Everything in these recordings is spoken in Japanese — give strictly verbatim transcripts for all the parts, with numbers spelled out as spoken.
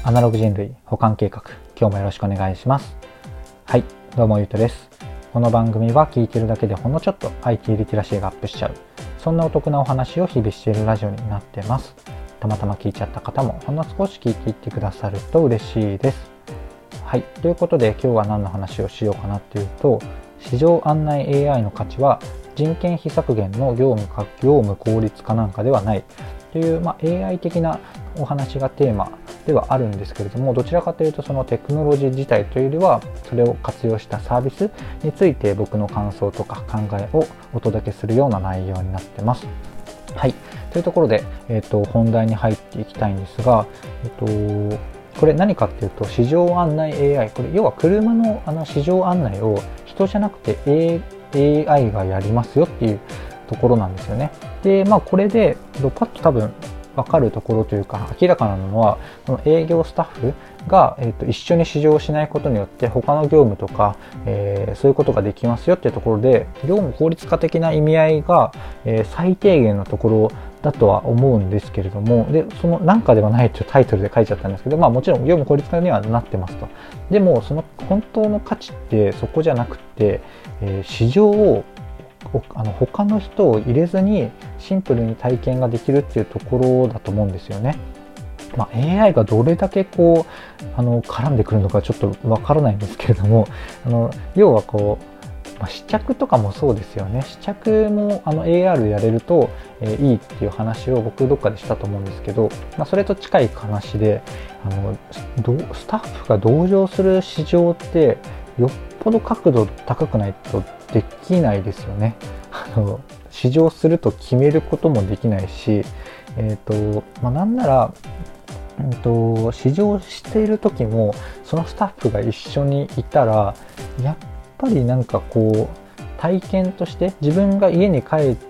アナログ人類補完計画、今日もよろしくお願いします。はい、どうもゆうとです。この番組は聞いてるだけでほんのちょっと アイティー リテラシーがアップしちゃう、そんなお得なお話を日々しているラジオになってます。たまたま聞いちゃった方もほんの少し聞いていってくださると嬉しいです。はい、ということで今日は何の話をしようかなっていうと、市場案内 エーアイ の価値は人件費削減の業務か業務効率化なんかではないという、まあ、エーアイ 的なお話がテーマではあるんですけれども、どちらかというとそのテクノロジー自体というよりはそれを活用したサービスについて僕の感想とか考えをお届けするような内容になってます。はい、というところで、えーと、本題に入っていきたいんですが、えーとこれ何かっていうと、市場案内 エーアイ、これ要は車のあの市場案内を人じゃなくて エーアイ がやりますよっていうところなんですよね。で、まあこれでパッと多分分かるところというか明らかなのは、この営業スタッフが、えー、と一緒に試乗しないことによって他の業務とか、えー、そういうことができますよっていうところで、業務効率化的な意味合いが、えー、最低限のところだとは思うんですけれども、でそのなんかではないというタイトルで書いちゃったんですけど、まあもちろん業務効率化にはなってますと。でもその本当の価値ってそこじゃなくて、えー、市場をあの他の人を入れずにシンプルに体験ができるっていうところだと思うんですよね。まあ、エーアイ がどれだけこうあの絡んでくるのかちょっとわからないんですけれども、あの要はこう、まあ、試着とかもそうですよね。試着もあの エーアール でやれると、えー、いいっていう話を僕どっかでしたと思うんですけど、まあ、それと近い話で、あのスタッフが同乗する市場ってよっぽど角度高くないとできないですよね。あの試乗すると決めることもできないし、えーとまあ、なんなら、うんと、試乗している時もそのスタッフが一緒にいたら、やっぱりなんかこう体験として自分が家に帰って、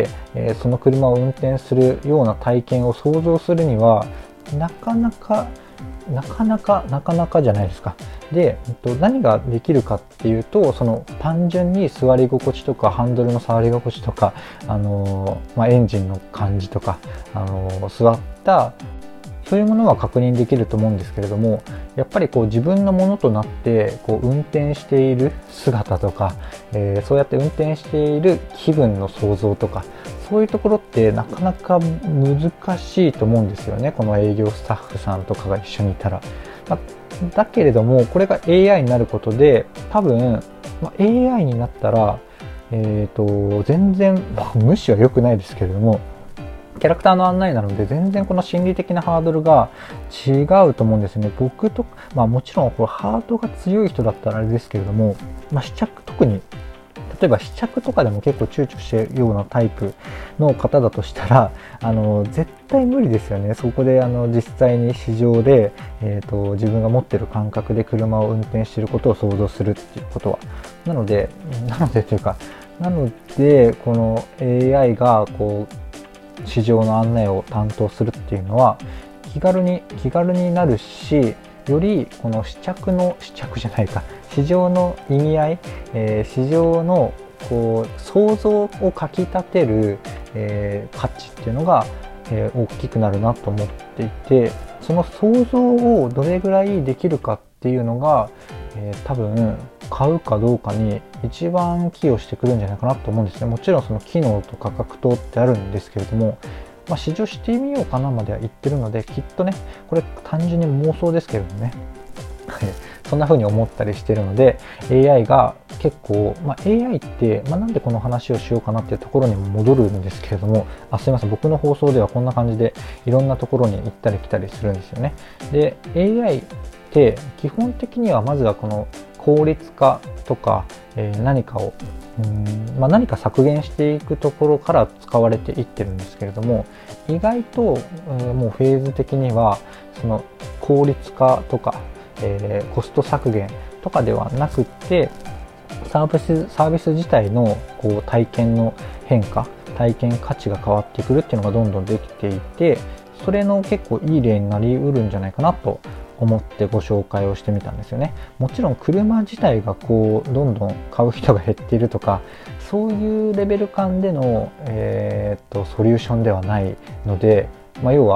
えー、その車を運転するような体験を想像するにはなかなかなかなかなかなかじゃないですか。で、何ができるかっていうと、その単純に座り心地とかハンドルの触り心地とか、あのまあ、エンジンの感じとか、あの座ったそういうものは確認できると思うんですけれども、やっぱりこう自分のものとなってこう運転している姿とか、えー、そうやって運転している気分の想像とか、そういうところってなかなか難しいと思うんですよね。この営業スタッフさんとかが一緒にいたら。まあ、だけれどもこれが エーアイ になることで、多分、まあ、エーアイ になったら、えーと、全然無視は良くないですけれども、キャラクターの案内なので全然この心理的なハードルが違うと思うんですね。僕と、まあもちろんこれハードが強い人だったらあれですけれども、まあ試着、特に例えば試着とかでも結構躊躇しているようなタイプの方だとしたら、あの絶対無理ですよね。そこであの実際に市場で、えーと、自分が持ってる感覚で車を運転していることを想像するっていうことは。なので、なのでというか、なのでこの エーアイ がこう市場の案内を担当するっていうのは気軽に気軽になるし、よりこの試着の試着じゃないか市場の意味合い、えー、市場のこう想像をかき立てる、えー、価値っていうのが、えー、大きくなるなと思っていて、その想像をどれぐらいできるかっていうのが、えー、多分買うかどうかに一番寄与してくるんじゃないかなと思うんですね。もちろんその機能と価格とってあるんですけれども、まあ、試乗してみようかなまでは言ってるので、きっとね、これ単純に妄想ですけれどもねそんな風に思ったりしてるので、 エーアイ が結構、まあ、エーアイって、まあ、なんでこの話をしようかなっていうところにも戻るんですけれども、あすいません、僕の放送ではこんな感じでいろんなところに行ったり来たりするんですよね。で エーアイ って基本的にはまずはこの効率化とか、えー、何かをうーん、まあ、何か削減していくところから使われていってるんですけれども、意外と、えー、もうフェーズ的にはその効率化とか、えー、コスト削減とかではなくってサービス、サービス自体のこう体験の変化、体験価値が変わってくるっていうのがどんどんできていて、それの結構いい例になりうるんじゃないかなと思ってご紹介をしてみたんですよね。もちろん車自体がこうどんどん買う人が減っているとか、そういうレベル感での、えー、っとソリューションではないので、まあ、要は、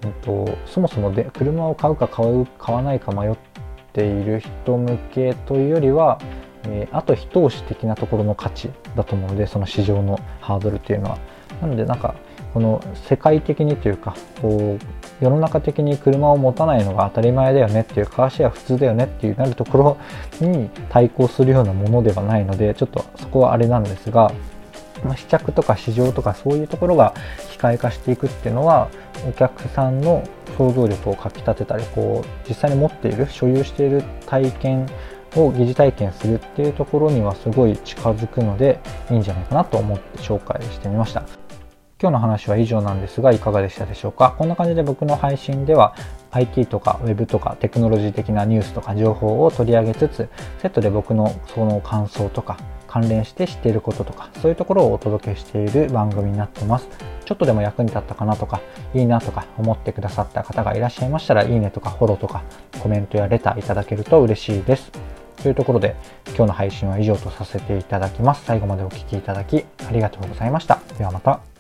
うんと、そもそもで車を買うか買う買わないか迷っている人向けというよりは、えー、あと一押し的なところの価値だと思うので、その市場のハードルっていうのは。なのでなんかこの世界的にというか、こう世の中的に車を持たないのが当たり前だよねっていう、カーシェア普通だよねっていうなるところに対抗するようなものではないので、ちょっとそこはあれなんですが、まあ、試着とか試乗とかそういうところが機械化していくっていうのは、お客さんの想像力をかきたてたり、こう実際に持っている所有している体験を疑似体験するっていうところにはすごい近づくのでいいんじゃないかなと思って紹介してみました。今日の話は以上なんですが、いかがでしたでしょうか。こんな感じで僕の配信では アイティー とか ウェブ とかテクノロジー的なニュースとか情報を取り上げつつ、セットで僕のその感想とか関連して知っていることとか、そういうところをお届けしている番組になってます。ちょっとでも役に立ったかなとか、いいなとか思ってくださった方がいらっしゃいましたら、いいねとかフォローとかコメントやレターいただけると嬉しいです。というところで、今日の配信は以上とさせていただきます。最後までお聞きいただきありがとうございました。ではまた。